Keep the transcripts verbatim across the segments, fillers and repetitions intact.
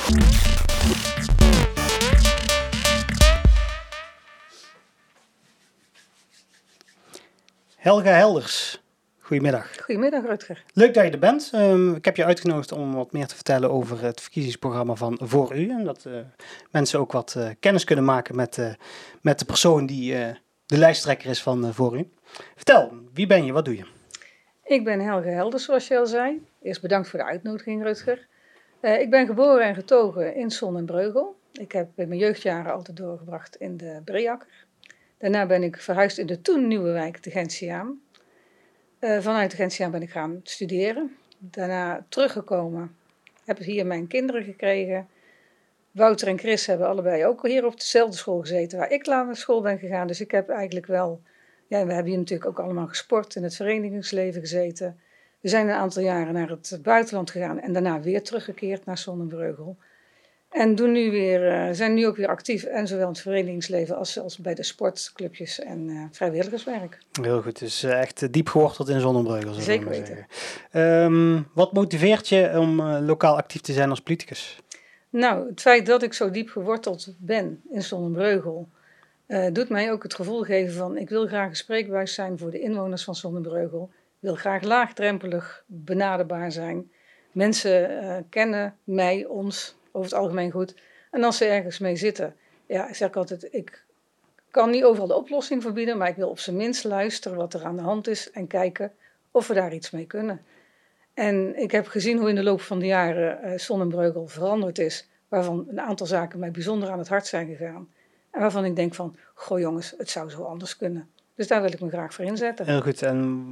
Helga Helders, goedemiddag. Goedemiddag Rutger. Leuk dat je er bent. Um, ik heb je uitgenodigd om wat meer te vertellen over het verkiezingsprogramma van Voor U. En dat uh, mensen ook wat uh, kennis kunnen maken met, uh, met de persoon die uh, de lijsttrekker is van uh, Voor U. Vertel, wie ben je, wat doe je? Ik ben Helga Helders, zoals je al zei. Eerst bedankt voor de uitnodiging, Rutger. Uh, ik ben geboren en getogen in Zon en Breugel. Ik heb mijn jeugdjaren altijd doorgebracht in de Breakker. Daarna ben ik verhuisd in de toen nieuwe wijk, de Gentiaan. Uh, vanuit de Gentiaan ben ik gaan studeren. Daarna teruggekomen. Heb hier mijn kinderen gekregen. Wouter en Chris hebben allebei ook hier op dezelfde school gezeten waar ik naar school ben gegaan. Dus ik heb eigenlijk wel... Ja, we hebben hier natuurlijk ook allemaal gesport, in het verenigingsleven gezeten. We zijn een aantal jaren naar het buitenland gegaan en daarna weer teruggekeerd naar Zon en Breugel. En doen nu weer, uh, zijn nu ook weer actief, en zowel in het verenigingsleven als, als bij de sportclubjes en uh, vrijwilligerswerk. Heel goed, dus uh, echt diep geworteld in Zon en Breugel. Zeker weten. Um, wat motiveert je om uh, lokaal actief te zijn als politicus? Nou, het feit dat ik zo diep geworteld ben in Zon en Breugel... Uh, doet mij ook het gevoel geven van... ik wil graag een spreekbuis zijn voor de inwoners van Zon en Breugel. Ik wil graag laagdrempelig benaderbaar zijn. Mensen uh, kennen mij, ons, over het algemeen goed. En als ze ergens mee zitten... ja, ik zeg altijd... ik kan niet overal de oplossing voor bieden... maar ik wil op zijn minst luisteren wat er aan de hand is... en kijken of we daar iets mee kunnen. En ik heb gezien hoe in de loop van de jaren... Uh, Zon en Breugel veranderd is... waarvan een aantal zaken mij bijzonder aan het hart zijn gegaan... En waarvan ik denk van, goh jongens, het zou zo anders kunnen. Dus daar wil ik me graag voor inzetten. Heel goed,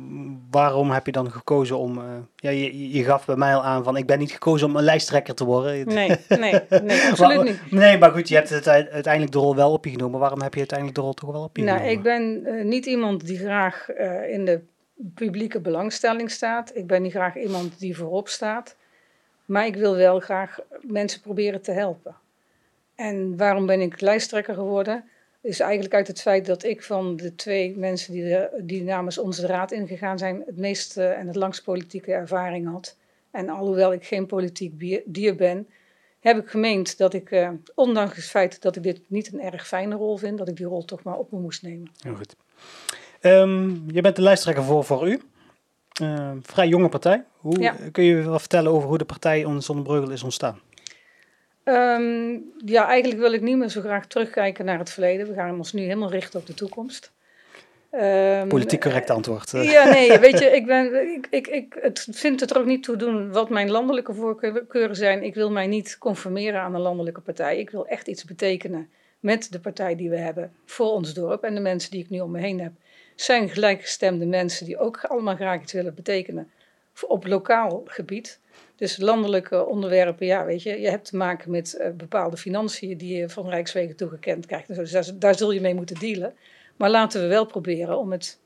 en waarom heb je dan gekozen om... Uh, ja, je, je gaf bij mij al aan van, ik ben niet gekozen om een lijsttrekker te worden. Nee, nee, nee, absoluut niet. Nee, maar goed, je hebt het uiteindelijk de rol wel op je genomen. Waarom heb je uiteindelijk de rol toch wel op je nou, genomen? Ik ben uh, niet iemand die graag uh, in de publieke belangstelling staat. Ik ben niet graag iemand die voorop staat. Maar ik wil wel graag mensen proberen te helpen. En waarom ben ik lijsttrekker geworden? Is eigenlijk uit het feit dat ik van de twee mensen die, de, die namens onze raad ingegaan zijn... het meeste en het langst politieke ervaring had. En alhoewel ik geen politiek dier ben... heb ik gemeend dat ik, uh, ondanks het feit dat ik dit niet een erg fijne rol vind... dat ik die rol toch maar op me moest nemen. Heel goed. Um, je bent de lijsttrekker voor, voor U. Uh, vrij jonge partij. Hoe, ja. Kun je wat vertellen over hoe de partij in Zon en Breugel is ontstaan? Um, ja, eigenlijk wil ik niet meer zo graag terugkijken naar het verleden. We gaan ons nu helemaal richten op de toekomst. Um, Politiek correct antwoord. Ja, nee, weet je, ik, ben, ik, ik, ik het vind het er ook niet toe doen wat mijn landelijke voorkeuren zijn. Ik wil mij niet conformeren aan een landelijke partij. Ik wil echt iets betekenen met de partij die we hebben voor ons dorp. En de mensen die ik nu om me heen heb, zijn gelijkgestemde mensen die ook allemaal graag iets willen betekenen op lokaal gebied. Dus landelijke onderwerpen, ja, weet je, je hebt te maken met uh, bepaalde financiën die je van Rijkswegen toegekend krijgt. Dus daar, daar zul je mee moeten dealen. Maar laten we wel proberen om het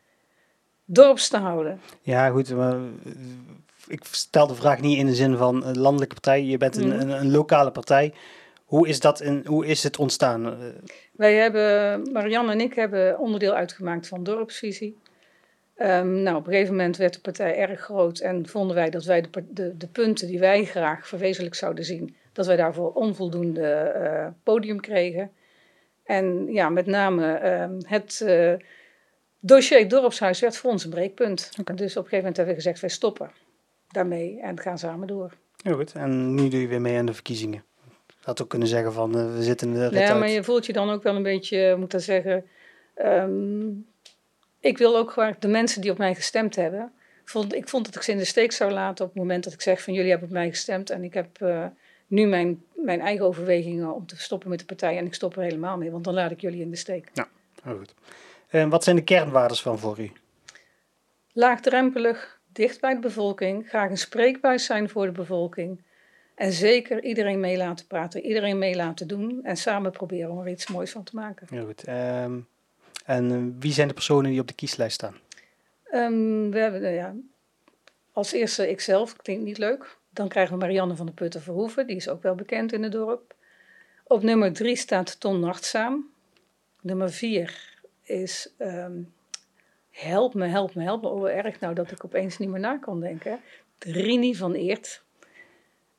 dorps te houden. Ja, goed, maar ik stel de vraag niet in de zin van een landelijke partij. Je bent een, mm. een, een lokale partij. Hoe is dat in, hoe is het ontstaan? Wij hebben, Marianne en ik hebben onderdeel uitgemaakt van dorpsvisie. Um, nou, op een gegeven moment werd de partij erg groot en vonden wij dat wij de, de, de punten die wij graag verwezenlijk zouden zien, dat wij daarvoor onvoldoende uh, podium kregen. En ja, met name uh, het uh, dossier dorpshuis werd voor ons een breekpunt. Okay. Dus op een gegeven moment hebben we gezegd, wij stoppen daarmee en gaan samen door. Heel goed, en nu doe je weer mee aan de verkiezingen. Je had ook kunnen zeggen van, uh, we zitten in de rit Ja, uit. maar je voelt je dan ook wel een beetje, moet ik zeggen... Um, Ik wil ook gewoon de mensen die op mij gestemd hebben. Vond, ik vond dat ik ze in de steek zou laten op het moment dat ik zeg van jullie hebben op mij gestemd. En ik heb uh, nu mijn, mijn eigen overwegingen om te stoppen met de partij. En ik stop er helemaal mee, want dan laat ik jullie in de steek. Ja, heel goed. En wat zijn de kernwaarden van Voor U? Laagdrempelig, dicht bij de bevolking. Graag een spreekbuis zijn voor de bevolking. En zeker iedereen mee laten praten, iedereen mee laten doen. En samen proberen om er iets moois van te maken. Heel goed. Um... En uh, wie zijn de personen die op de kieslijst staan? Um, we hebben, uh, ja, als eerste ikzelf, klinkt niet leuk. Dan krijgen we Marianne van der Putten-Verhoeven, die is ook wel bekend in het dorp. Op nummer drie staat Ton Nachtzaam. Nummer vier is, um, help me, help me, help me. Oh, erg nou dat ik opeens niet meer na kan denken. Rini van Eert.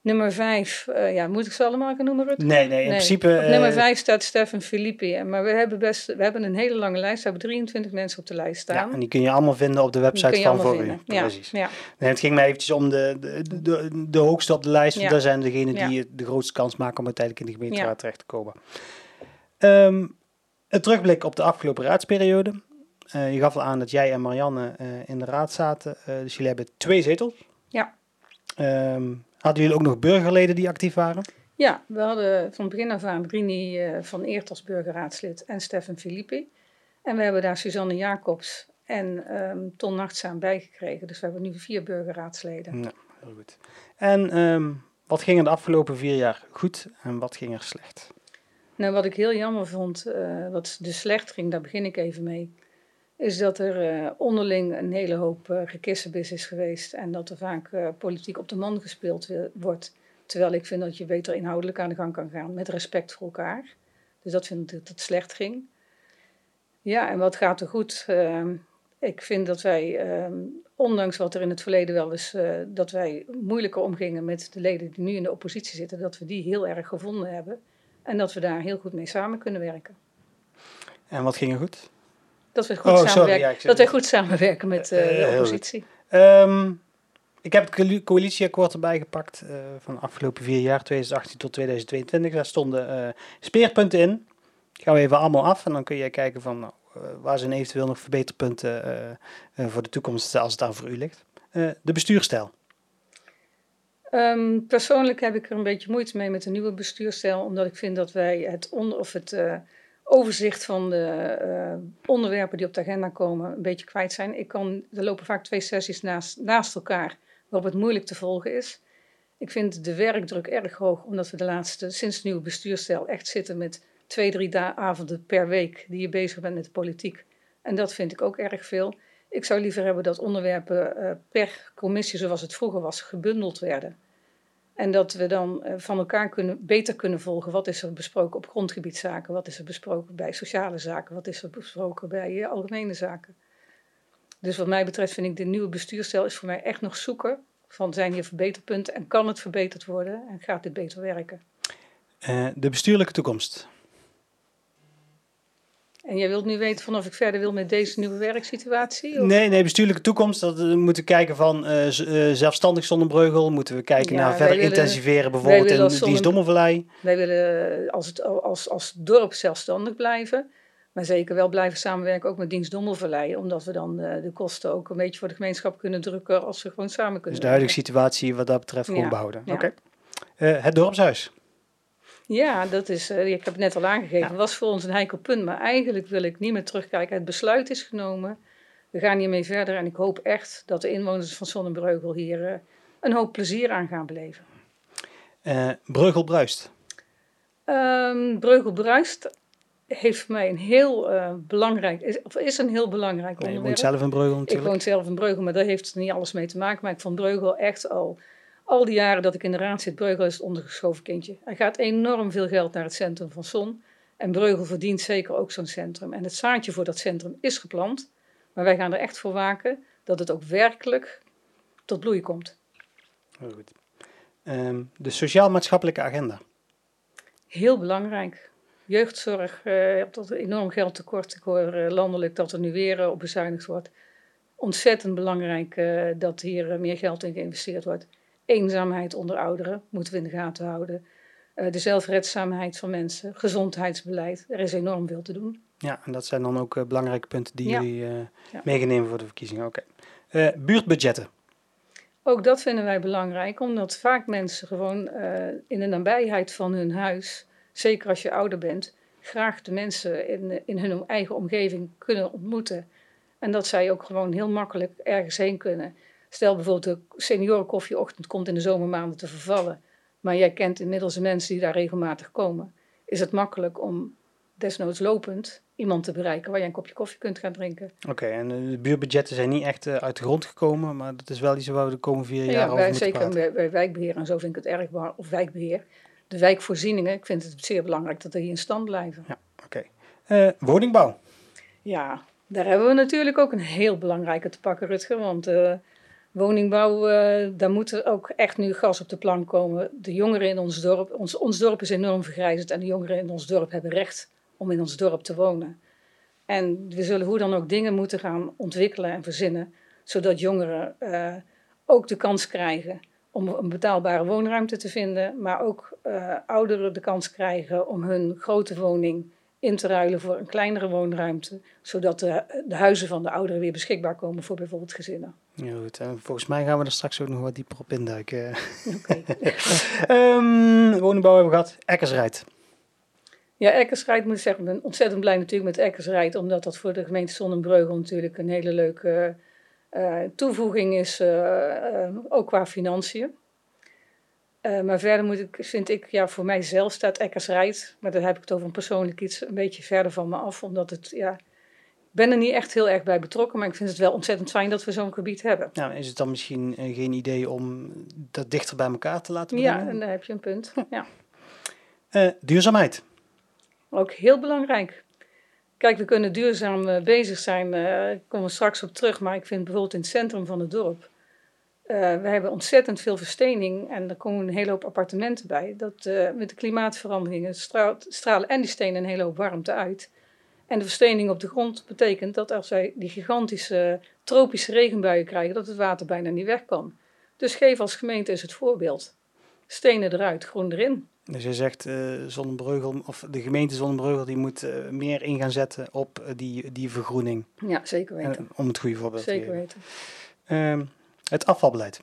Nummer vijf, uh, ja, moet ik ze allemaal gaan noemen, Rut? Nee, nee, in nee. principe... Op uh, nummer vijf staat Stefan Filippi. Maar we hebben, best, we hebben een hele lange lijst. We hebben drieëntwintig mensen op de lijst staan. Ja, en die kun je allemaal vinden op de website van Voor U. Ja, precies. Ja. Nee, het ging mij eventjes om de, de, de, de hoogste op de lijst. Ja. Daar zijn degenen die ja. de grootste kans maken om uiteindelijk in de gemeenteraad ja. terecht te komen. Um, een terugblik op de afgelopen raadsperiode. Uh, je gaf al aan dat jij en Marianne uh, in de raad zaten. Uh, dus jullie hebben twee zetels. Ja. Um, hadden jullie ook nog burgerleden die actief waren? Ja, we hadden van begin af aan Rini uh, van Eert als burgerraadslid en Stefan Filippi. En we hebben daar Suzanne Jacobs en um, Ton Nachtzaam bijgekregen. Dus we hebben nu vier burgerraadsleden. Ja, heel goed. En um, wat ging er de afgelopen vier jaar goed en wat ging er slecht? Nou, wat ik heel jammer vond, uh, wat de slecht ging, daar begin ik even mee, is dat er uh, onderling een hele hoop uh, gekissenbis is geweest en dat er vaak uh, politiek op de man gespeeld wil, wordt. Terwijl ik vind dat je beter inhoudelijk aan de gang kan gaan met respect voor elkaar. Dus dat vind ik dat het slecht ging. Ja, en wat gaat er goed? Uh, ik vind dat wij, uh, ondanks wat er in het verleden wel eens, uh, dat wij moeilijker omgingen met de leden die nu in de oppositie zitten, dat we die heel erg gevonden hebben. En dat we daar heel goed mee samen kunnen werken. En wat ging er goed? Dat we goed, oh, samenwerken, sorry, ja, dat we goed samenwerken met uh, de oppositie. Um, ik heb het coalitieakkoord erbij gepakt uh, van de afgelopen vier jaar, twintig achttien tot tweeduizend tweeëntwintig. Daar stonden uh, speerpunten in. Die gaan we even allemaal af en dan kun je kijken van nou, uh, waar zijn eventueel nog verbeterpunten uh, uh, voor de toekomst als het daar voor u ligt. Uh, de bestuurstijl. Um, persoonlijk heb ik er een beetje moeite mee met de nieuwe bestuurstijl, omdat ik vind dat wij het, onder, of het uh, overzicht van de uh, onderwerpen die op de agenda komen een beetje kwijt zijn. Ik kan, er lopen vaak twee sessies naast, naast elkaar waarop het moeilijk te volgen is. Ik vind de werkdruk erg hoog, omdat we de laatste, sinds de nieuwe bestuurstijl echt zitten met twee, drie da- avonden per week die je bezig bent met de politiek. En dat vind ik ook erg veel. Ik zou liever hebben dat onderwerpen uh, per commissie, zoals het vroeger was, gebundeld werden. En dat we dan uh, van elkaar kunnen, beter kunnen volgen. Wat is er besproken op grondgebiedszaken? Wat is er besproken bij sociale zaken? Wat is er besproken bij uh, algemene zaken? Dus wat mij betreft vind ik de nieuwe bestuurstijl is voor mij echt nog zoeken. Van zijn hier verbeterpunten en kan het verbeterd worden? En gaat dit beter werken? Uh, de bestuurlijke toekomst. En jij wilt nu weten van of ik verder wil met deze nieuwe werksituatie? Of? Nee, nee, bestuurlijke toekomst. Dat, we moeten kijken van uh, uh, zelfstandig zonder breugel. Moeten we kijken ja, naar verder willen, intensiveren, bijvoorbeeld in de Dienst Dommelvallei. Wij willen als, het, als, als dorp zelfstandig blijven. Maar zeker wel blijven samenwerken ook met Dienst Dommelvallei. Omdat we dan uh, de kosten ook een beetje voor de gemeenschap kunnen drukken als we gewoon samen kunnen. Dus de huidige situatie wat dat betreft gewoon ja, behouden. Ja. Oké. Okay. Uh, het dorpshuis. Ja, dat is, uh, ik heb het net al aangegeven, ja. was voor ons een heikel punt. Maar eigenlijk wil ik niet meer terugkijken. Het besluit is genomen. We gaan hiermee verder. En ik hoop echt dat de inwoners van Zonnebreugel hier uh, een hoop plezier aan gaan beleven. Uh, Breugel bruist. Um, Breugel bruist heeft voor mij een heel uh, belangrijk, is, of is een heel belangrijk nee, onderwerp. Je woont zelf in Breugel natuurlijk. Ik woon zelf in Breugel, maar daar heeft het niet alles mee te maken. Maar ik vond Breugel echt al... Al die jaren dat ik in de raad zit, Breugel is het ondergeschoven kindje. Er gaat enorm veel geld naar het centrum van Zon. En Breugel verdient zeker ook zo'n centrum. En het zaadje voor dat centrum is geplant. Maar wij gaan er echt voor waken dat het ook werkelijk tot bloei komt. Heel goed. Um, de sociaal-maatschappelijke agenda. Heel belangrijk. Jeugdzorg, uh, je hebt tot een enorm geldtekort. Ik hoor uh, landelijk dat er nu weer uh, op bezuinigd wordt. Ontzettend belangrijk uh, dat hier uh, meer geld in geïnvesteerd wordt. Eenzaamheid onder ouderen moeten we in de gaten houden. Uh, de zelfredzaamheid van mensen, gezondheidsbeleid. Er is enorm veel te doen. Ja, en dat zijn dan ook uh, belangrijke punten die ja. jullie uh, ja. meegenemen voor de verkiezingen. Oké. Okay. Uh, buurtbudgetten. Ook dat vinden wij belangrijk, omdat vaak mensen gewoon uh, in de nabijheid van hun huis, zeker als je ouder bent, graag de mensen in, in hun eigen omgeving kunnen ontmoeten. En dat zij ook gewoon heel makkelijk ergens heen kunnen. Stel bijvoorbeeld de seniorenkoffieochtend komt in de zomermaanden te vervallen. Maar jij kent inmiddels de mensen die daar regelmatig komen. Is het makkelijk om desnoods lopend iemand te bereiken waar je een kopje koffie kunt gaan drinken. Oké, okay, en de buurtbudgetten zijn niet echt uh, uit de grond gekomen. Maar dat is wel iets waar we de komende vier ja, jaar ja, over wij, moeten zeker praten. Bij, bij wijkbeheer en zo vind ik het erg belangrijk. Of wijkbeheer. De wijkvoorzieningen, ik vind het zeer belangrijk dat die in stand blijven. Ja, oké. Okay. Uh, woningbouw. Ja, daar hebben we natuurlijk ook een heel belangrijke te pakken, Rutger. Want uh, Woningbouw, uh, daar moet er ook echt nu gas op de plank komen. De jongeren in ons dorp, ons, ons dorp is enorm vergrijzend en de jongeren in ons dorp hebben recht om in ons dorp te wonen. En we zullen hoe dan ook dingen moeten gaan ontwikkelen en verzinnen, zodat jongeren uh, ook de kans krijgen om een betaalbare woonruimte te vinden, maar ook uh, ouderen de kans krijgen om hun grote woning in te ruilen voor een kleinere woonruimte, zodat de, de huizen van de ouderen weer beschikbaar komen voor bijvoorbeeld gezinnen. Ja, goed. En volgens mij gaan we er straks ook nog wat dieper op induiken. Okay. um, woningbouw hebben we gehad. Eckersrijd. Ja, Eckersrijd moet ik zeggen, ik ben ontzettend blij natuurlijk met Eckersrijd, omdat dat voor de gemeente Zonnebreugel natuurlijk een hele leuke uh, toevoeging is, uh, uh, ook qua financiën. Uh, maar verder moet ik, vind ik, ja, voor mijzelf staat Eckersrijd, maar daar heb ik het over een persoonlijk iets, een beetje verder van me af, omdat het, ja, ik ben er niet echt heel erg bij betrokken, maar ik vind het wel ontzettend fijn dat we zo'n gebied hebben. Ja, is het dan misschien uh, geen idee om dat dichter bij elkaar te laten brengen? Ja, en daar heb je een punt. Ja. Uh, duurzaamheid. Ook heel belangrijk. Kijk, we kunnen duurzaam uh, bezig zijn, uh, daar komen we straks op terug, maar ik vind bijvoorbeeld in het centrum van het dorp, uh, we hebben ontzettend veel verstening en er komen een hele hoop appartementen bij. Dat, uh, met de klimaatveranderingen straalt, stralen en die stenen een hele hoop warmte uit. En de verstening op de grond betekent dat als wij die gigantische tropische regenbuien krijgen, dat het water bijna niet weg kan. Dus geef als gemeente eens het voorbeeld. Stenen eruit, groen erin. Dus je zegt uh, Zonnebreugel, of de gemeente Zonnebreugel, die moet uh, meer in gaan zetten op uh, die, die vergroening. Ja, zeker weten. Uh, om het goede voorbeeld zeker te geven. Weten. Uh, het afvalbeleid.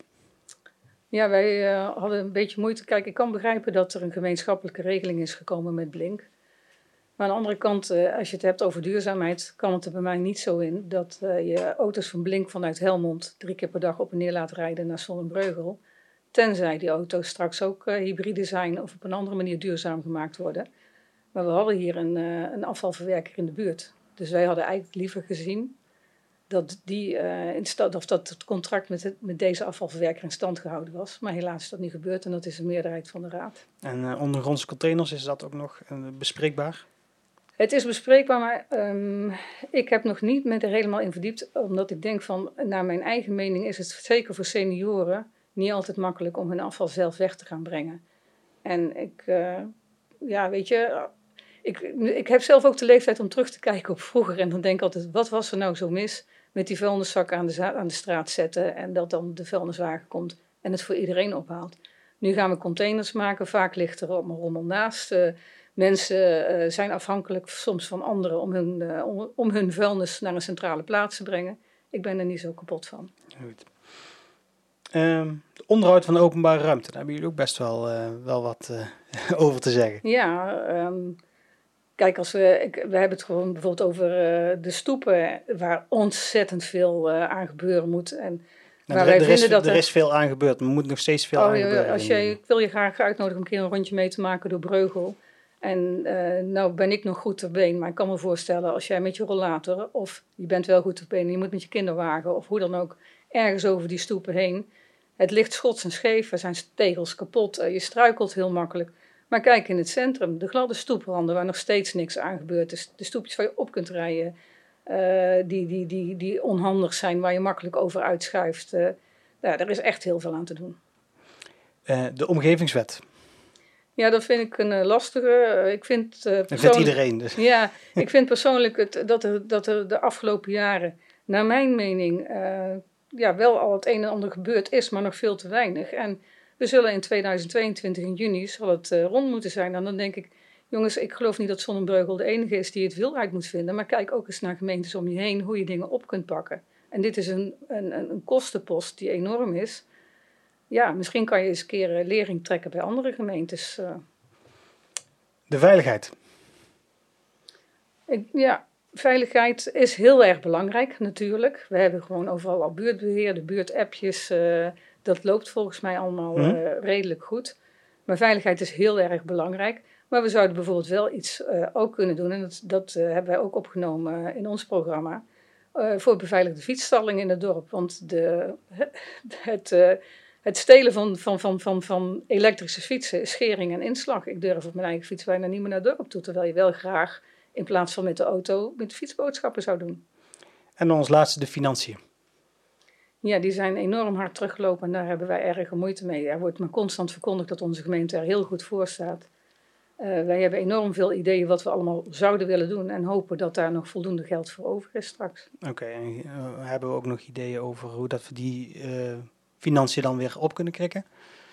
Ja, wij uh, hadden een beetje moeite. Kijk, ik kan begrijpen dat er een gemeenschappelijke regeling is gekomen met Blink. Maar aan de andere kant, uh, als je het hebt over duurzaamheid, kan het er bij mij niet zo in dat uh, je auto's van Blink vanuit Helmond drie keer per dag op en neer laat rijden naar Zonnebreugel. Tenzij die auto's straks ook uh, hybride zijn of op een andere manier duurzaam gemaakt worden. Maar we hadden hier een, uh, een afvalverwerker in de buurt. Dus wij hadden eigenlijk liever gezien dat, die, uh, in stand, of dat het contract met, het, met deze afvalverwerker in stand gehouden was. Maar helaas is dat niet gebeurd en dat is een meerderheid van de raad. En uh, ondergrondse containers, is dat ook nog uh, bespreekbaar? Het is bespreekbaar, maar um, ik heb nog niet met er helemaal in verdiept. Omdat ik denk van, naar mijn eigen mening is het zeker voor senioren niet altijd makkelijk om hun afval zelf weg te gaan brengen. En ik, uh, ja, weet je, ik, ik heb zelf ook de leeftijd om terug te kijken op vroeger. En dan denk ik altijd, wat was er nou zo mis met die vuilniszakken aan de, aan de straat zetten en dat dan de vuilniswagen komt en het voor iedereen ophaalt. Nu gaan we containers maken, vaak ligt er allemaal rommel naast. Uh, mensen uh, zijn afhankelijk soms van anderen om hun, uh, om, om hun vuilnis naar een centrale plaats te brengen. Ik ben er niet zo kapot van. Goed. Um, onderhoud van de openbare ruimte, daar hebben jullie ook best wel, uh, wel wat uh, over te zeggen. Ja, um, kijk, als we, ik, we hebben het gewoon bijvoorbeeld over uh, de stoepen, waar ontzettend veel uh, aan gebeuren moet. En nou, waar er, wij er, vinden is, dat er is veel aan gebeurd, maar er moet nog steeds veel oh, aan ja, gebeuren. Als jij, ik wil je graag uitnodigen om een keer een rondje mee te maken door Breugel. En uh, nou ben ik nog goed ter been, maar ik kan me voorstellen als jij met je rollator, of je bent wel goed ter been en je moet met je kinderwagen, of hoe dan ook, ergens over die stoepen heen. Het ligt schots en scheef, er zijn tegels kapot, uh, je struikelt heel makkelijk. Maar kijk in het centrum, de gladde stoepranden waar nog steeds niks aan gebeurd is. De stoepjes waar je op kunt rijden, uh, die, die, die, die onhandig zijn, waar je makkelijk over uitschuift. Uh, ja, daar is echt heel veel aan te doen. Uh, de omgevingswet. Ja, dat vind ik een uh, lastige. Uh, ik vind, uh, dat vindt iedereen dus. Ja, ik vind persoonlijk het, dat, er, dat er de afgelopen jaren, naar mijn mening, uh, ja, wel al het een en ander gebeurd is, maar nog veel te weinig. En we zullen in tweeduizend tweeëntwintig in juni zal het uh, rond moeten zijn. En dan denk ik, jongens, ik geloof niet dat Zonnebreugel de enige is die het wil uit moet vinden. Maar kijk ook eens naar gemeentes om je heen, hoe je dingen op kunt pakken. En dit is een, een, een kostenpost die enorm is. Ja, misschien kan je eens een keer uh, lering trekken bij andere gemeentes. Uh. De veiligheid. Ik, ja, veiligheid is heel erg belangrijk natuurlijk. We hebben gewoon overal al buurtbeheer, de buurtappjes. Uh, dat loopt volgens mij allemaal uh, hmm. redelijk goed. Maar veiligheid is heel erg belangrijk. Maar we zouden bijvoorbeeld wel iets uh, ook kunnen doen. En dat, dat uh, hebben wij ook opgenomen uh, in ons programma. Uh, voor beveiligde fietsstallingen in het dorp. Want de, het... Uh, Het stelen van, van, van, van, van elektrische fietsen is schering en inslag. Ik durf op mijn eigen fiets bijna niet meer naar het dorp toe. Terwijl je wel graag in plaats van met de auto met de fietsboodschappen zou doen. En dan als laatste de financiën. Ja, die zijn enorm hard teruggelopen en daar hebben wij erg moeite mee. Er wordt maar constant verkondigd dat onze gemeente er heel goed voor staat. Uh, wij hebben enorm veel ideeën wat we allemaal zouden willen doen en hopen dat daar nog voldoende geld voor over is straks. Oké, okay, en uh, hebben we ook nog ideeën over hoe dat we die uh, financiën dan weer op kunnen krikken?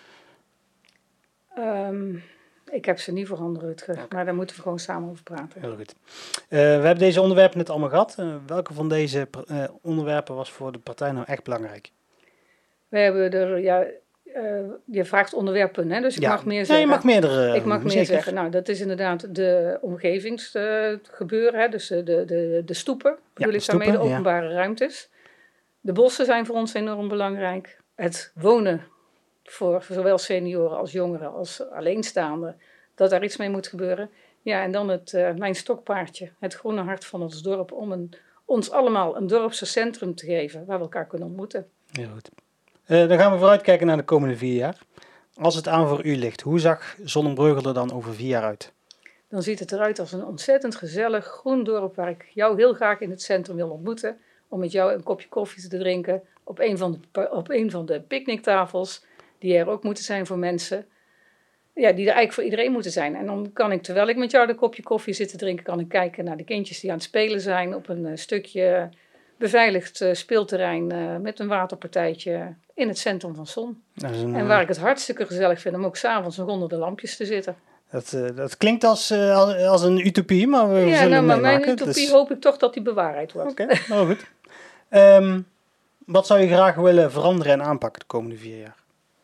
Um, ik heb ze niet voorhanden, Rutger, okay. Maar daar moeten we gewoon samen over praten. Heel goed. Uh, we hebben deze onderwerpen net allemaal gehad. Uh, welke van deze uh, onderwerpen was voor de partij nou echt belangrijk? We hebben er, ja, uh, je vraagt onderwerpen, hè? Dus ik ja. mag meer zeggen. Ja, je mag meerdere. Ik mag meer zeker. zeggen. Nou, dat is inderdaad de omgevingsgebeuren, uh, dus de, de, de stoepen, bedoel ja, ik daarmee, de openbare ja. ruimtes. De bossen zijn voor ons enorm belangrijk. Het wonen voor zowel senioren als jongeren als alleenstaanden, dat daar iets mee moet gebeuren. Ja, en dan het, uh, mijn stokpaardje, het groene hart van ons dorp, om een, ons allemaal een dorpse centrum te geven waar we elkaar kunnen ontmoeten. Heel goed. Uh, dan gaan we vooruitkijken naar de komende vier jaar. Als het aan voor u ligt, hoe zag Zonnebreugel er dan over vier jaar uit? Dan ziet het eruit als een ontzettend gezellig groen dorp waar ik jou heel graag in het centrum wil ontmoeten. Om met jou een kopje koffie te drinken op een van de, op een van de picknicktafels die er ook moeten zijn voor mensen. Ja, die er eigenlijk voor iedereen moeten zijn. En dan kan ik, terwijl ik met jou een kopje koffie zit te drinken, kan ik kijken naar de kindjes die aan het spelen zijn op een uh, stukje beveiligd uh, speelterrein uh, met een waterpartijtje in het centrum van Zon. Een, en waar ik het hartstikke gezellig vind om ook 's avonds nog onder de lampjes te zitten. Dat, uh, dat klinkt als, uh, als een utopie, maar we ja, zullen nou, maar meemaken. Mijn utopie dus hoop ik toch dat die bewaarheid wordt. Oké, okay, nou goed. Um, wat zou je graag willen veranderen en aanpakken de komende vier jaar?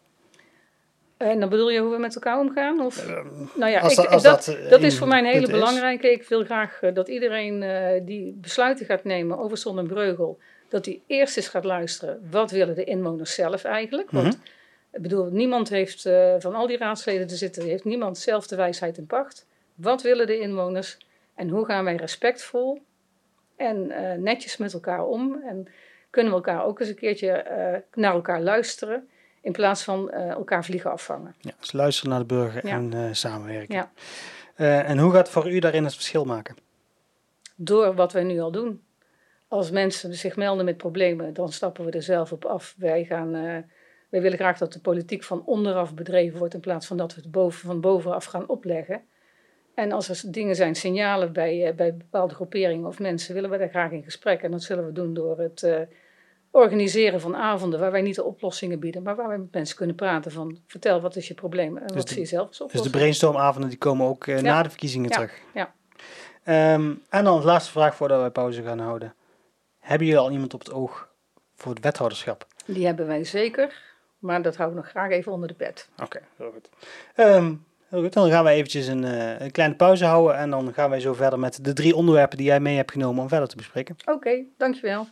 En dan bedoel je hoe we met elkaar omgaan? Of? Uh, nou ja, als ik, dat, als dat, dat, dat is voor mij een hele belangrijke. Ik wil graag uh, dat iedereen uh, die besluiten gaat nemen over Zon en Breugel, dat hij eerst eens gaat luisteren, wat willen de inwoners zelf eigenlijk? Want mm-hmm. ik bedoel, niemand heeft uh, van al die raadsleden te zitten, heeft niemand zelf de wijsheid in pacht. Wat willen de inwoners en hoe gaan wij respectvol en uh, netjes met elkaar om? En kunnen we elkaar ook eens een keertje uh, naar elkaar luisteren in plaats van uh, elkaar vliegen afvangen? Ja, dus luisteren naar de burger ja. en uh, samenwerken. Ja. Uh, en hoe gaat voor u daarin het verschil maken? Door wat wij nu al doen. Als mensen zich melden met problemen, dan stappen we er zelf op af. Wij, gaan, uh, wij willen graag dat de politiek van onderaf bedreven wordt in plaats van dat we het boven, van bovenaf gaan opleggen. En als er dingen zijn, signalen bij, uh, bij bepaalde groeperingen of mensen, willen we daar graag in gesprek. En dat zullen we doen door het uh, organiseren van avonden waar wij niet de oplossingen bieden, maar waar wij met mensen kunnen praten van vertel wat is je probleem en dus wat de, zie je zelf als oplossing. Dus de brainstormavonden die komen ook uh, ja. na de verkiezingen ja. terug. Ja. Um, en dan de laatste vraag voordat wij pauze gaan houden. Hebben jullie al iemand op het oog voor het wethouderschap? Die hebben wij zeker, maar dat houden we nog graag even onder de pet. Oké, okay, heel goed. Um, heel goed. Dan gaan wij eventjes een, uh, een kleine pauze houden en dan gaan wij zo verder met de drie onderwerpen die jij mee hebt genomen om verder te bespreken. Oké, okay, dankjewel.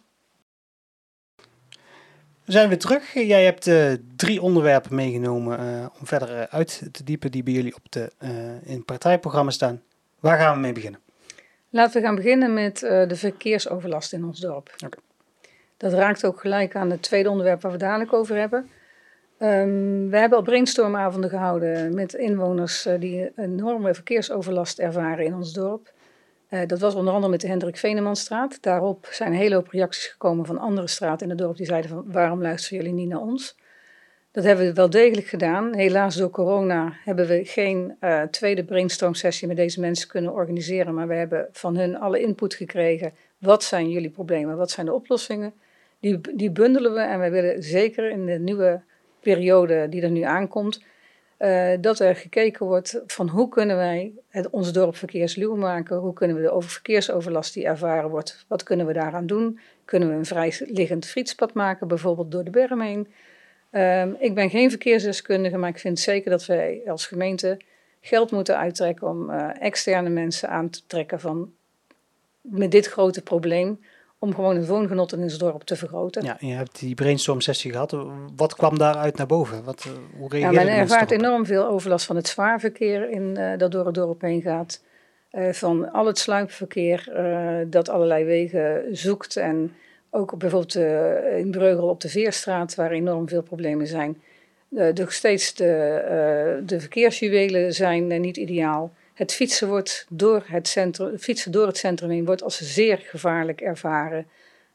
We zijn weer terug. Jij hebt uh, drie onderwerpen meegenomen uh, om verder uh, uit te diepen die bij jullie op de, uh, in het partijprogramma staan. Waar gaan we mee beginnen? Laten we gaan beginnen met uh, de verkeersoverlast in ons dorp. Okay. Dat raakt ook gelijk aan het tweede onderwerp waar we dadelijk over hebben. Um, we hebben al brainstormavonden gehouden met inwoners uh, die een enorme verkeersoverlast ervaren in ons dorp. Uh, dat was onder andere met de Hendrik Venemanstraat. Daarop zijn een hele hoop reacties gekomen van andere straten in het dorp die zeiden van waarom luisteren jullie niet naar ons? Dat hebben we wel degelijk gedaan. Helaas door corona hebben we geen uh, tweede brainstorm sessie met deze mensen kunnen organiseren. Maar we hebben van hun alle input gekregen. Wat zijn jullie problemen? Wat zijn de oplossingen? Die, die bundelen we en wij willen zeker in de nieuwe periode die er nu aankomt. Uh, dat er gekeken wordt van hoe kunnen wij het, ons dorp verkeersluw maken. Hoe kunnen we de over verkeersoverlast die ervaren wordt. Wat kunnen we daaraan doen? Kunnen we een vrijliggend fietspad maken bijvoorbeeld door de berm heen? Um, ik ben geen verkeersdeskundige, maar ik vind zeker dat wij als gemeente geld moeten uittrekken om uh, externe mensen aan te trekken van, met dit grote probleem, om gewoon het woongenot in ons dorp te vergroten. Ja, je hebt die brainstorm sessie gehad. Wat kwam daaruit naar boven? Wat, hoe reageerde ja, men ervaart enorm veel overlast van het zwaarverkeer in, uh, dat door het dorp heen gaat. Uh, van al het sluipverkeer uh, dat allerlei wegen zoekt en ook bijvoorbeeld uh, in Breugel op de Veerstraat, waar enorm veel problemen zijn. Uh, de, steeds de, uh, de verkeersjuwelen zijn uh, niet ideaal. Het fietsen, wordt door het, centrum, fietsen door het centrum heen wordt als zeer gevaarlijk ervaren.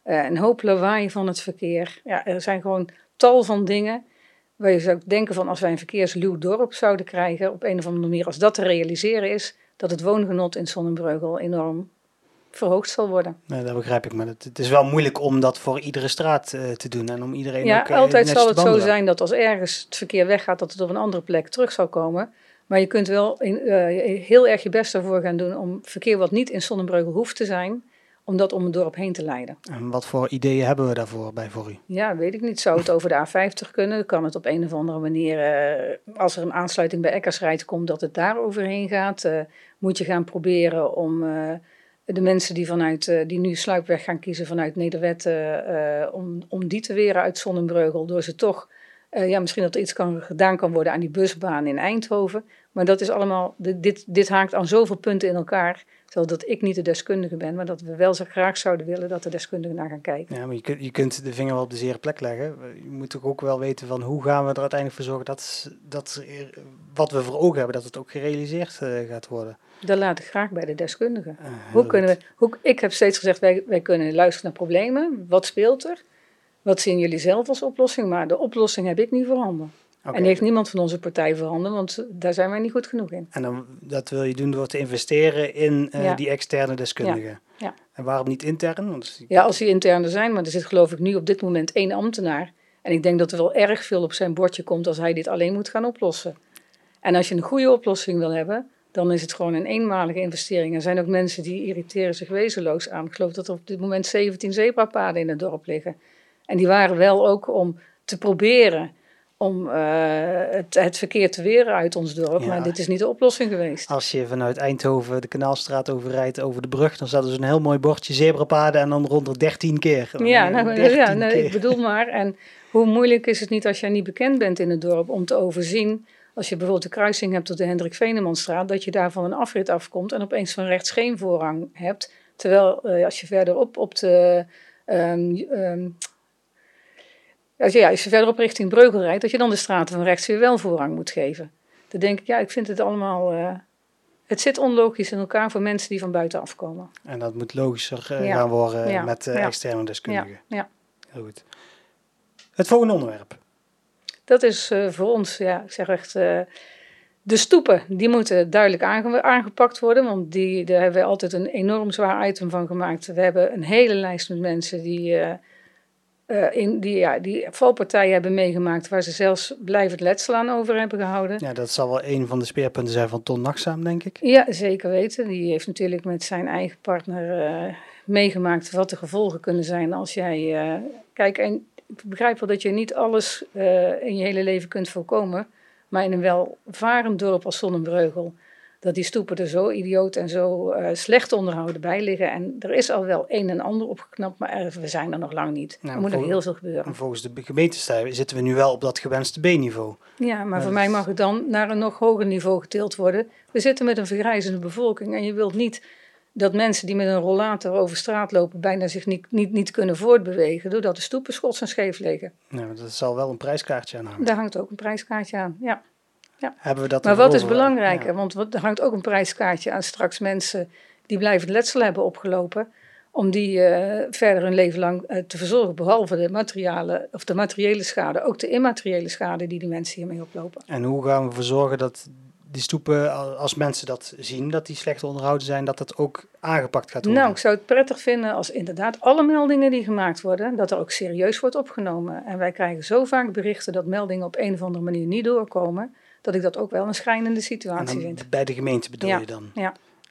Uh, een hoop lawaai van het verkeer. Ja, er zijn gewoon tal van dingen waar je zou denken van als wij een verkeersluw dorp zouden krijgen, op een of andere manier, als dat te realiseren is, dat het woongenot in Sonnenbreugel enorm verhoogd zal worden. Nee, dat begrijp ik, maar het, het is wel moeilijk om dat voor iedere straat uh, te doen en om iedereen ja, ook uh, altijd zal het zo zijn dat als ergens het verkeer weggaat, dat het op een andere plek terug zal komen. Maar je kunt wel in, uh, heel erg je best ervoor gaan doen om verkeer wat niet in Sonnenbreugel hoeft te zijn, om dat om het dorp heen te leiden. En wat voor ideeën hebben we daarvoor bij voor u? Ja, weet ik niet. Zou het over de A vijftig kunnen? Kan het op een of andere manier, uh, als er een aansluiting bij Eckersrijd komt, dat het daar overheen gaat? Uh, moet je gaan proberen om uh, de mensen die, vanuit, uh, die nu Sluipweg gaan kiezen vanuit Nederwetten, uh, om, om die te weren uit Sonnenbreugel, door ze toch, uh, ja, misschien dat er iets kan, gedaan kan worden aan die busbaan in Eindhoven. Maar dat is allemaal, dit, dit haakt aan zoveel punten in elkaar, zodat ik niet de deskundige ben, maar dat we wel zo graag zouden willen dat de deskundigen naar gaan kijken. Ja, maar je kunt, je kunt de vinger wel op de zere plek leggen. Je moet toch ook wel weten van hoe gaan we er uiteindelijk voor zorgen dat, dat wat we voor ogen hebben, dat het ook gerealiseerd uh, gaat worden. Dat laat ik graag bij de deskundigen. Uh, hoe kunnen we, hoe, ik heb steeds gezegd, wij, wij kunnen luisteren naar problemen. Wat speelt er? Wat zien jullie zelf als oplossing? Maar de oplossing heb ik niet voorhanden. Okay. En die heeft niemand van onze partij voorhanden, want daar zijn wij niet goed genoeg in. En dan, dat wil je doen door te investeren in uh, ja. die externe deskundigen. Ja. Ja. En waarom niet intern? Want... Ja, als die interne zijn, maar er zit geloof ik nu op dit moment één ambtenaar. En ik denk dat er wel erg veel op zijn bordje komt als hij dit alleen moet gaan oplossen. En als je een goede oplossing wil hebben, dan is het gewoon een eenmalige investering. Er zijn ook mensen die irriteren zich wezenloos aan. Ik geloof dat er op dit moment zeventien zebrapaden in het dorp liggen. En die waren wel ook om te proberen om uh, het, het verkeer te weren uit ons dorp. Ja. Maar dit is niet de oplossing geweest. Als je vanuit Eindhoven de Kanaalstraat overrijdt over de brug, dan staat er zo'n heel mooi bordje zebrapaden en dan rond er dertien keer. Ja, nou, dertien ja nou, keer. Ik bedoel maar. En hoe moeilijk is het niet als jij niet bekend bent in het dorp om te overzien, als je bijvoorbeeld de kruising hebt tot de Hendrik Venemanstraat, dat je daar van een afrit afkomt en opeens van rechts geen voorrang hebt. Terwijl uh, als je verderop op de... Um, um, Als je, ja, als je verderop richting Breugel rijdt, dat je dan de straten van rechts weer wel voorrang moet geven. Dan denk ik, ja, ik vind het allemaal... Uh, het zit onlogisch in elkaar voor mensen die van buiten afkomen. En dat moet logischer uh, ja. gaan worden ja. met uh, ja. externe deskundigen. Ja. Ja. Heel goed. Het volgende onderwerp. Dat is uh, voor ons, ja, ik zeg echt... Uh, de stoepen, die moeten duidelijk aange- aangepakt worden. Want die, daar hebben we altijd een enorm zwaar item van gemaakt. We hebben een hele lijst met mensen die... Uh, Uh, in die, ja, die valpartijen hebben meegemaakt waar ze zelfs blijvend letsel aan over hebben gehouden. Ja, dat zal wel een van de speerpunten zijn van Ton Nachtzaam, denk ik. Ja, zeker weten. Die heeft natuurlijk met zijn eigen partner uh, meegemaakt wat de gevolgen kunnen zijn als jij... Uh, kijk, en ik begrijp wel dat je niet alles uh, in je hele leven kunt voorkomen, maar in een welvarend dorp als Sonnenbreugel, dat die stoepen er zo idioot en zo uh, slecht onderhouden bij liggen. En er is al wel een en ander opgeknapt, maar er, we zijn er nog lang niet. Nou, er moet nog heel veel gebeuren. Volgens de gemeentestijl zitten we nu wel op dat gewenste B-niveau. Ja, maar, maar voor mij mag het dan naar een nog hoger niveau getild worden. We zitten met een vergrijzende bevolking en je wilt niet dat mensen die met een rollator over straat lopen bijna zich niet, niet, niet kunnen voortbewegen, doordat de stoepen schots en scheef liggen. Ja, maar dat zal wel een prijskaartje aan hangen. Daar hangt ook een prijskaartje aan, ja. Ja. Hebben we dat maar wat is over? belangrijker? Ja. Want er hangt ook een prijskaartje aan straks mensen die blijvend letsel hebben opgelopen, om die uh, verder hun leven lang uh, te verzorgen, behalve de materiële, of de materiële schade, ook de immateriële schade die die mensen hiermee oplopen. En hoe gaan we ervoor zorgen dat die stoepen, als mensen dat zien, dat die slecht onderhouden zijn, dat dat ook aangepakt gaat worden? Nou, ik zou het prettig vinden als inderdaad alle meldingen die gemaakt worden, dat er ook serieus wordt opgenomen. En wij krijgen zo vaak berichten dat meldingen op een of andere manier niet doorkomen, dat ik dat ook wel een schrijnende situatie vind. Bij de gemeente bedoel ja. je dan? Ja.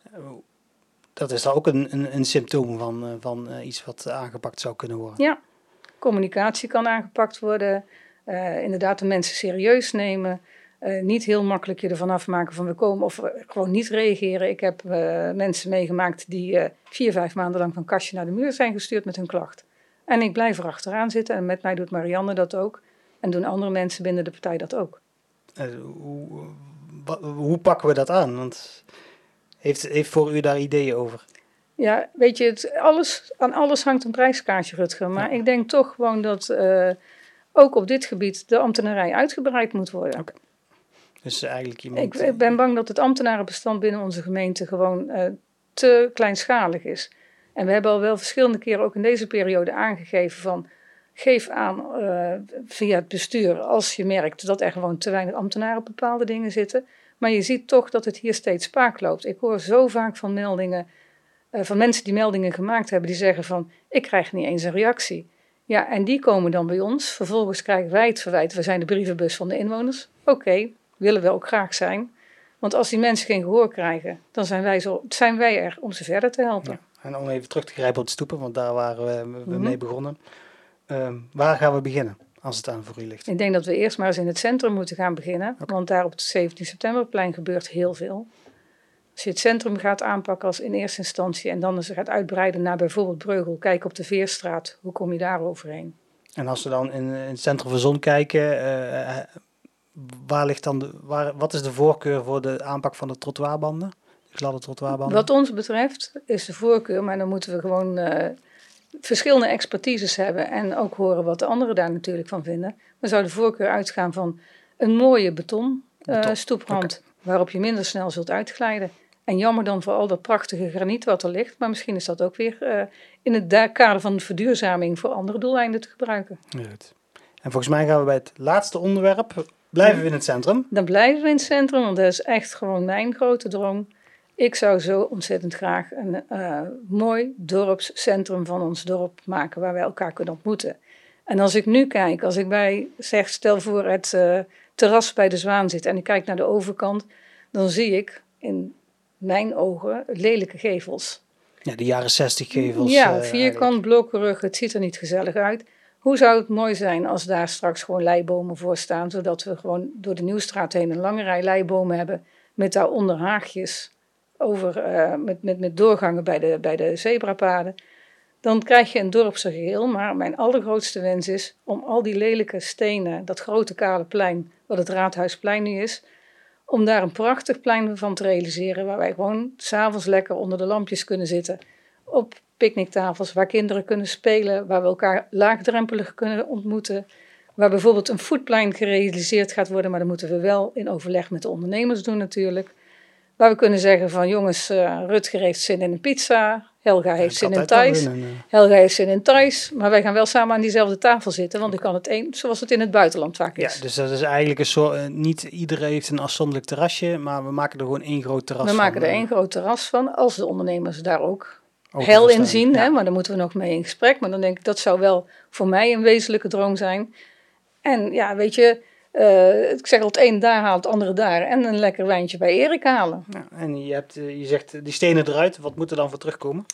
Dat is dan ook een, een, een symptoom van, van uh, iets wat aangepakt zou kunnen worden? Ja, communicatie kan aangepakt worden. Uh, inderdaad de mensen serieus nemen. Uh, niet heel makkelijk je ervan afmaken van we komen of uh, gewoon niet reageren. Ik heb uh, mensen meegemaakt die uh, vier, vijf maanden lang van kastje naar de muur zijn gestuurd met hun klacht. En ik blijf er achteraan zitten en met mij doet Marianne dat ook. En doen andere mensen binnen de partij dat ook. Uh, hoe, hoe pakken we dat aan? Want heeft, heeft voor u daar ideeën over? Ja, weet je, het, alles, aan alles hangt een prijskaartje, Rutger. Maar ja. Ik denk toch gewoon dat uh, ook op dit gebied de ambtenarij uitgebreid moet worden. Okay. Dus eigenlijk iemand... Ik, ik ben bang dat het ambtenarenbestand binnen onze gemeente gewoon uh, te kleinschalig is. En we hebben al wel verschillende keren ook in deze periode aangegeven van geef aan uh, via het bestuur als je merkt dat er gewoon te weinig ambtenaren op bepaalde dingen zitten. Maar je ziet toch dat het hier steeds spaak loopt. Ik hoor zo vaak van meldingen, uh, van mensen die meldingen gemaakt hebben, die zeggen van ik krijg niet eens een reactie. Ja, en die komen dan bij ons. Vervolgens krijgen wij het verwijt, we zijn de brievenbus van de inwoners. Oké, okay, willen we ook graag zijn. Want als die mensen geen gehoor krijgen, dan zijn wij, zo, zijn wij er om ze verder te helpen. Ja, en om even terug te grijpen op de stoepen, want daar waren we, we mm-hmm. mee begonnen. Uh, waar gaan we beginnen, als het aan voor u ligt? Ik denk dat we eerst maar eens in het centrum moeten gaan beginnen. Okay. Want daar op het zeventien septemberplein gebeurt heel veel. Als je het centrum gaat aanpakken als in eerste instantie en dan eens gaat uitbreiden naar bijvoorbeeld Breugel, kijk op de Veerstraat, hoe kom je daar overheen? En als we dan in, in het centrum van Zon kijken, uh, waar ligt dan de, waar, wat is de voorkeur voor de aanpak van de trottoirbanden? De gladde trottoirbanden? Wat ons betreft is de voorkeur, maar dan moeten we gewoon uh, verschillende expertises hebben en ook horen wat de anderen daar natuurlijk van vinden. Dan zou de voorkeur uitgaan van een mooie beton, beton. Uh, stoeprand, okay. waarop je minder snel zult uitglijden. En jammer dan voor al dat prachtige graniet wat er ligt, maar misschien is dat ook weer uh, in het da- kader van de verduurzaming voor andere doeleinden te gebruiken. Goed. En volgens mij gaan we bij het laatste onderwerp, blijven we in het centrum? Dan blijven we in het centrum, want dat is echt gewoon mijn grote droom. Ik zou zo ontzettend graag een uh, mooi dorpscentrum van ons dorp maken waar wij elkaar kunnen ontmoeten. En als ik nu kijk, als ik bij, zeg, stel voor het uh, terras bij de Zwaan zit en ik kijk naar de overkant, dan zie ik in mijn ogen lelijke gevels. Ja, de jaren zestig gevels. Ja, vierkant, uh, blokkerig, het ziet er niet gezellig uit. Hoe zou het mooi zijn als daar straks gewoon leibomen voor staan, zodat we gewoon door de Nieuwstraat heen een lange rij leibomen hebben met daaronder haagjes over, uh, met, met, met doorgangen bij de, bij de zebrapaden. Dan krijg je een dorpse geheel, maar mijn allergrootste wens is om al die lelijke stenen, dat grote kale plein, wat het Raadhuisplein nu is, om daar een prachtig plein van te realiseren, waar wij gewoon 's avonds lekker onder de lampjes kunnen zitten, op picknicktafels, waar kinderen kunnen spelen, waar we elkaar laagdrempelig kunnen ontmoeten, waar bijvoorbeeld een voetplein gerealiseerd gaat worden, maar dat moeten we wel in overleg met de ondernemers doen natuurlijk. Waar we kunnen zeggen van jongens, uh, Rutger heeft zin in een pizza, Helga heeft ja, zin in Thais, uh... Helga heeft zin in Thais, maar wij gaan wel samen aan diezelfde tafel zitten, want ik kan het een, zoals het in het buitenland vaak is. Ja, dus dat is eigenlijk een soort, uh, niet iedereen heeft een afzonderlijk terrasje, maar we maken er gewoon één groot terras we van. We maken er één groot terras van, als de ondernemers daar ook hel in zien, ja. hè, maar daar moeten we nog mee in gesprek, maar dan denk ik dat zou wel voor mij een wezenlijke droom zijn. En ja, weet je, Uh, ik zeg al, het een daar haalt, het andere daar. En een lekker wijntje bij Erik halen. Ja, en je, hebt, je zegt, die stenen eruit. Wat moet er dan voor terugkomen?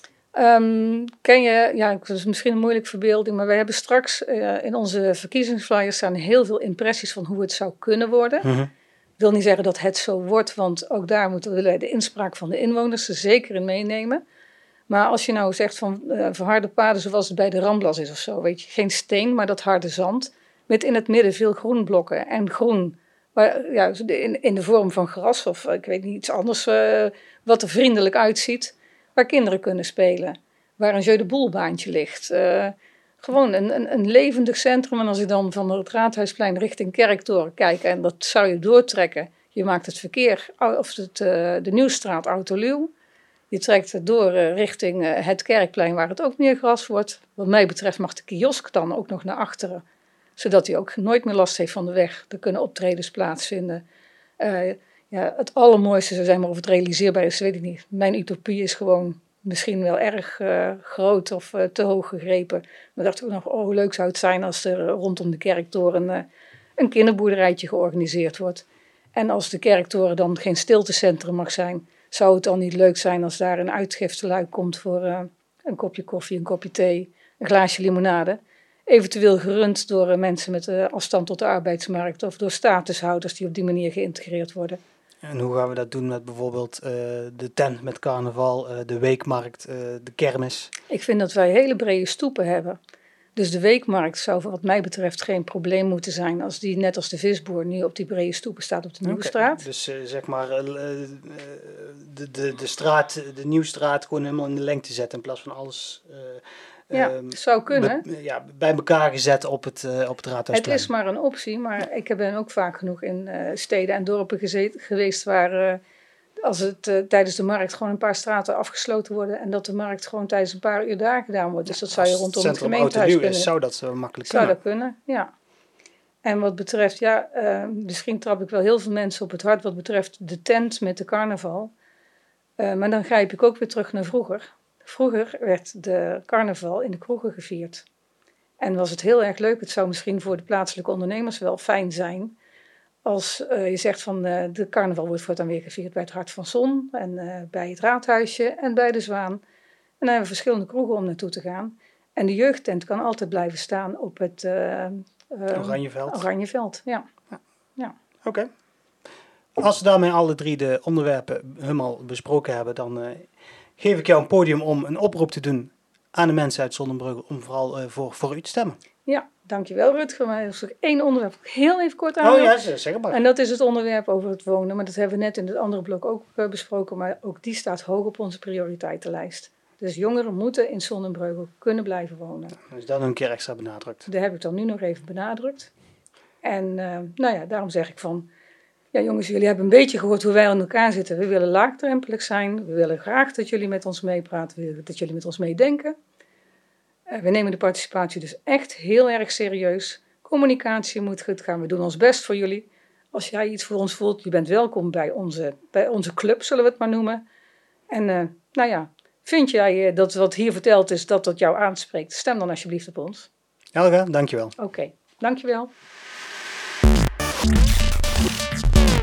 Um, ken je, ja, dat is misschien een moeilijke verbeelding, maar wij hebben straks uh, in onze verkiezingsflyers staan heel veel impressies van hoe het zou kunnen worden. Mm-hmm. Ik wil niet zeggen dat het zo wordt, want ook daar moeten we de inspraak van de inwoners er zeker in meenemen. Maar als je nou zegt van uh, verharde paden zoals het bij de Ramblas is of zo, weet je, geen steen, maar dat harde zand. Met in het midden veel groenblokken en groen, maar, ja, in, in de vorm van gras of ik weet niet iets anders uh, wat er vriendelijk uitziet. Waar kinderen kunnen spelen, waar een jeu de boel baantje ligt. Uh, gewoon een, een, een levendig centrum. En als ik dan van het Raadhuisplein richting Kerktoren kijk, en dat zou je doortrekken. Je maakt het verkeer, of het, uh, de Nieuwstraat Autoluw. Je trekt het door uh, richting uh, het Kerkplein, waar het ook meer gras wordt. Wat mij betreft mag de kiosk dan ook nog naar achteren. Zodat hij ook nooit meer last heeft van de weg. Er kunnen optredens plaatsvinden. Uh, ja, het allermooiste zou zijn, maar of het realiseerbaar is, weet ik niet. Mijn utopie is gewoon misschien wel erg uh, groot of uh, te hoog gegrepen. Maar dacht ik nog, oh, hoe leuk zou het zijn als er rondom de Kerktoren uh, een kinderboerderijtje georganiseerd wordt. En als de Kerktoren dan geen stiltecentrum mag zijn, zou het dan niet leuk zijn als daar een uitgifteluik komt voor uh, een kopje koffie, een kopje thee, een glaasje limonade. Eventueel gerund door uh, mensen met uh, afstand tot de arbeidsmarkt of door statushouders die op die manier geïntegreerd worden. En hoe gaan we dat doen met bijvoorbeeld uh, de tent met carnaval, uh, de weekmarkt, uh, de kermis? Ik vind dat wij hele brede stoepen hebben. Dus de weekmarkt zou wat mij betreft geen probleem moeten zijn als die net als de visboer nu op die brede stoepen staat op de Nieuwstraat. Okay. Dus uh, zeg maar uh, de, de, de straat, de Nieuwstraat gewoon helemaal in de lengte zetten in plaats van alles... Uh, Ja, um, zou kunnen. Be, ja, bij elkaar gezet op het, uh, op het Raadhuisplein. Het is maar een optie, maar ik ben ook vaak genoeg in uh, steden en dorpen gezet, geweest waar uh, als het uh, tijdens de markt gewoon een paar straten afgesloten worden en dat de markt gewoon tijdens een paar uur daar gedaan wordt. Dus dat zou je rondom het gemeentehuis kunnen. Is, zou dat zo makkelijk zou kunnen? Zou dat kunnen, ja. En wat betreft, ja, uh, misschien trap ik wel heel veel mensen op het hart wat betreft de tent met de carnaval. Uh, maar dan grijp ik ook weer terug naar vroeger. Vroeger werd de carnaval in de kroegen gevierd. En was het heel erg leuk. Het zou misschien voor de plaatselijke ondernemers wel fijn zijn als uh, je zegt van uh, de carnaval wordt voortaan weer gevierd bij het Hart van Zon en uh, bij het Raadhuisje en bij de Zwaan. En dan hebben we verschillende kroegen om naartoe te gaan. En de jeugdtent kan altijd blijven staan op het uh, uh, Oranjeveld. Oranjeveld, ja. ja. ja. Oké. Okay. Als we daarmee alle drie de onderwerpen helemaal besproken hebben, dan uh, geef ik jou een podium om een oproep te doen aan de mensen uit Zonnebreugel om vooral uh, voor, voor u te stemmen. Ja, dankjewel Rutger. Maar er is nog één onderwerp heel even kort aan. Oh ja, zeg maar. En dat is het onderwerp over het wonen. Maar dat hebben we net in het andere blok ook uh, besproken. Maar ook die staat hoog op onze prioriteitenlijst. Dus jongeren moeten in Zonnebreugel kunnen blijven wonen. Dus dat een keer extra benadrukt. Dat heb ik dan nu nog even benadrukt. En uh, nou ja, daarom zeg ik van... Ja jongens, jullie hebben een beetje gehoord hoe wij aan elkaar zitten. We willen laagdrempelig zijn. We willen graag dat jullie met ons meepraten. We willen dat jullie met ons meedenken. Uh, we nemen de participatie dus echt heel erg serieus. Communicatie moet goed gaan. We doen ons best voor jullie. Als jij iets voor ons voelt, je bent welkom bij onze, bij onze club, zullen we het maar noemen. En uh, nou ja, vind jij dat wat hier verteld is, dat dat jou aanspreekt? Stem dan alsjeblieft op ons. Helga, dankjewel. Oké, okay, dankjewel.